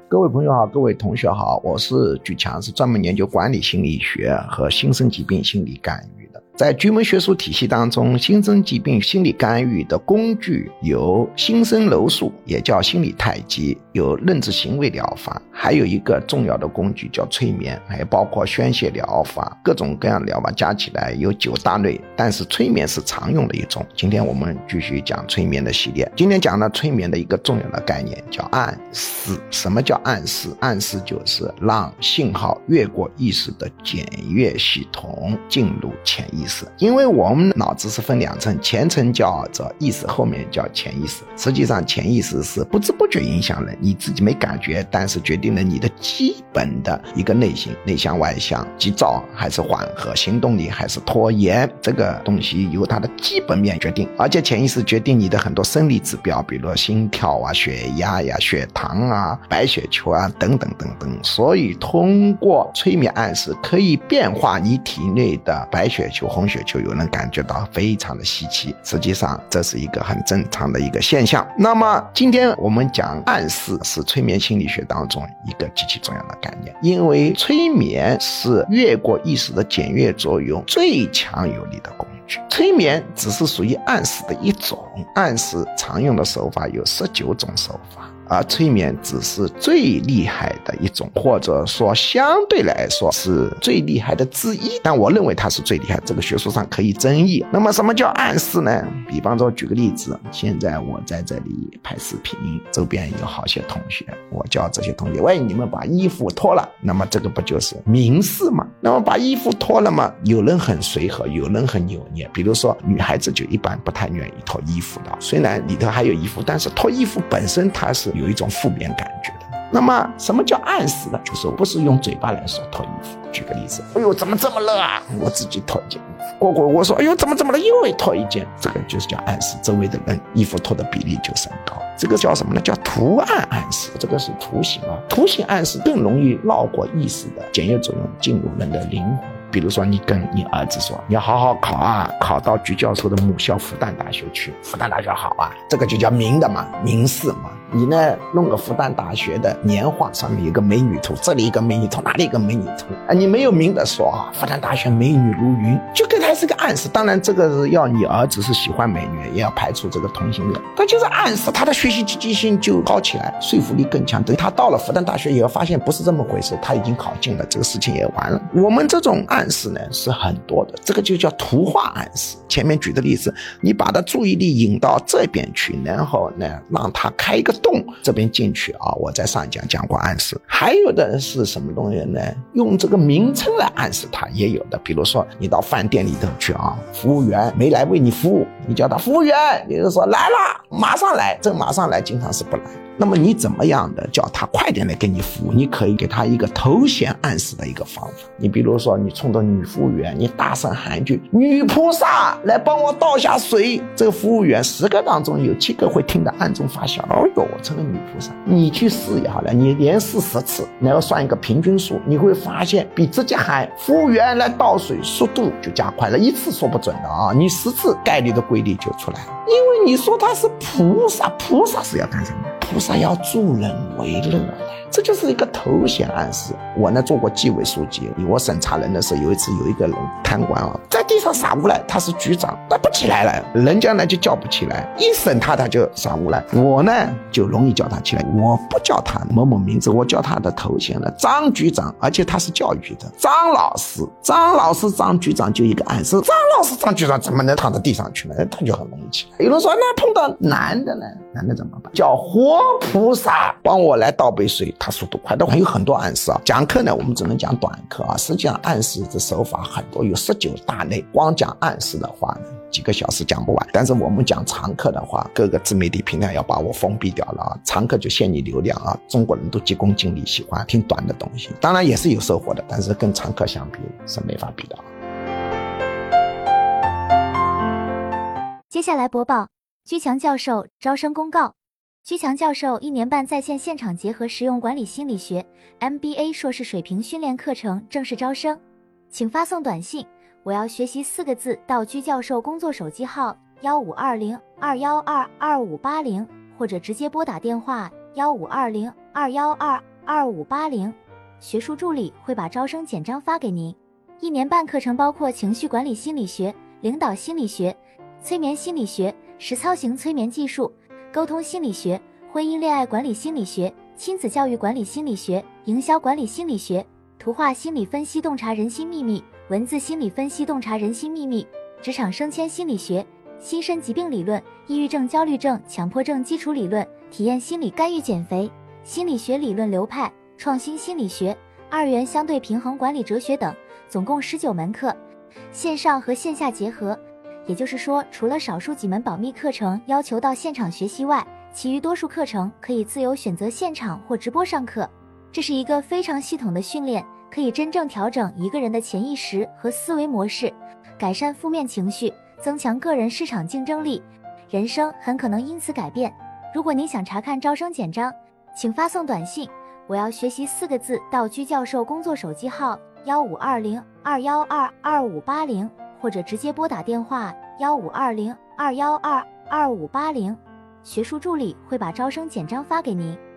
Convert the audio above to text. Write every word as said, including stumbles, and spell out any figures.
各位朋友好，各位同学好，我是举强，是专门研究管理心理学和新生疾病心理干预的。在居门学术体系当中，新生疾病心理干预的工具有新生楼术，也叫心理太极，有认知行为疗法，还有一个重要的工具叫催眠，还包括宣泄疗法，各种各样的疗法加起来有九大类，但是催眠是常用的一种。今天我们继续讲催眠的系列，今天讲了催眠的一个重要的概念叫暗示。什么叫暗示？暗示就是让信号越过意识的检阅系统进入潜意识。因为我们脑子是分两层，前层叫做意识，后面叫潜意识。实际上潜意识是不知不觉影响人，你自己没感觉，但是决定了你的基本的一个内心，内向外向，急躁还是缓和，行动力还是拖延，这个东西由它的基本面决定。而且潜意识决定你的很多生理指标，比如心跳啊、血压呀、血糖啊、白血球啊等等等等。所以通过催眠暗示可以变化你体内的白血球、红血球，有人感觉到非常的稀奇，实际上这是一个很正常的一个现象。那么今天我们讲暗示是催眠心理学当中一个极其重要的概念，因为催眠是越过意识的检阅作用最强有力的工具。催眠只是属于暗示的一种，暗示常用的手法有十九种手法，而催眠只是最厉害的一种，或者说相对来说是最厉害的之一，但我认为它是最厉害，这个学术上可以争议。那么什么叫暗示呢？比方说举个例子，现在我在这里拍视频，周边有好些同学，我叫这些同学，喂，你们把衣服脱了，那么这个不就是明示吗？那么把衣服脱了嘛，有人很随和，有人很扭捏，比如说女孩子就一般不太愿意脱衣服的，虽然里头还有衣服，但是脱衣服本身它是有一种负面感觉的。那么什么叫暗示呢？就是不是用嘴巴来说脱衣服。举个例子，哎呦怎么这么热啊，我自己脱一件衣服。过过我说哎呦怎么这么热，又会脱一件，这个就是叫暗示，周围的人衣服脱的比例就升高。这个叫什么呢？叫图案暗示，这个是图形啊，图形暗示更容易绕过意识的检阅作用进入人的灵魂。比如说你跟你儿子说你要好好考啊，考到居教授的母校复旦大学去，复旦大学好啊，这个就叫明的嘛，明示嘛。你呢弄个复旦大学的年画，上面有个美女图，这里一个美女图，哪里一个美女图啊？你没有明的说啊，复旦大学美女如云，就给他是个暗示。当然这个是要你儿子是喜欢美女，也要排除这个同性恋，他就是暗示，他的学习积极性就高起来，说服力更强。等他到了复旦大学也要发现不是这么回事，他已经考进了，这个事情也完了。我们这种暗示呢是很多的，这个就叫图画暗示。前面举的例子，你把他注意力引到这边去，然后呢让他开一个洞，这边进去啊，我在上讲讲过暗示。还有的是什么东西呢？用这个名称来暗示他，也有的。比如说你到饭店里头去啊，服务员没来为你服务，你叫他服务员，你就说来了，马上来，这马上来经常是不来。那么你怎么样的叫他快点来给你服务？你可以给他一个头衔暗示的一个方法。你比如说你冲着女服务员，你大声喊一句女菩萨来帮我倒下水，这个服务员十个当中有七个会听得暗中发笑，哦哟我成了女菩萨。你去试也好了，你连试十次，然后算一个平均数，你会发现比直接喊服务员来倒水速度就加快了，一次说不准的啊，你十次概率的规律就出来了。因为你说他是菩萨，菩萨是要干什么？菩萨要助人为乐的，这就是一个头衔暗示。我呢做过纪委书记，我审查人的时候，有一次有一个人贪官啊，在地上撒污来，他是局长，他不起来了，人家呢就叫不起来，一审他他就撒污来，我呢就容易叫他起来，我不叫他某某名字，我叫他的头衔了，张局长，而且他是教育局的，张老师，张老师张局长就一个暗示，张老师张局长怎么能躺在地上去呢？他就很容易起来。有人说那碰到男的呢，男的怎么办？叫活菩萨帮我来倒杯水，他速度快，但还有很多暗示啊。讲课呢我们只能讲短课啊，实际上暗示的手法很多，有十九大类，光讲暗示的话呢几个小时讲不完。但是我们讲长课的话，各个自媒体平台要把我封闭掉了啊，长课就限你流量啊，中国人都急功近利，喜欢听短的东西，当然也是有收获的，但是跟长课相比是没法比的。 接下来播报居强教授招生公告。居强教授一年半在线现场结合实用管理心理学 M B A 硕士水平训练课程正式招生，请发送短信我要学习四个字到居教授工作手机号幺五二零二幺二二五八零，或者直接拨打电话幺五二零二幺二二五八零，学术助理会把招生简章发给您。一年半课程包括情绪管理心理学、领导心理学、催眠心理学、实操型催眠技术、沟通心理学、婚姻恋爱管理心理学、亲子教育管理心理学、营销管理心理学、图画心理分析洞察人心秘密、文字心理分析洞察人心秘密、职场升迁心理学、心身疾病理论、抑郁症、焦虑症、强迫症基础理论、体验心理干预减肥、心理学理论流派、创新心理学、二元相对平衡管理哲学等，总共十九门课，线上和线下结合。也就是说，除了少数几门保密课程要求到现场学习外，其余多数课程可以自由选择现场或直播上课。这是一个非常系统的训练，可以真正调整一个人的潜意识和思维模式，改善负面情绪，增强个人市场竞争力，人生很可能因此改变。如果您想查看招生简章，请发送短信我要学习四个字到居教授工作手机号幺五二零二幺二二五八零，或者直接拨打电话幺五二零二幺二二五八零，学术助理会把招生简章发给您。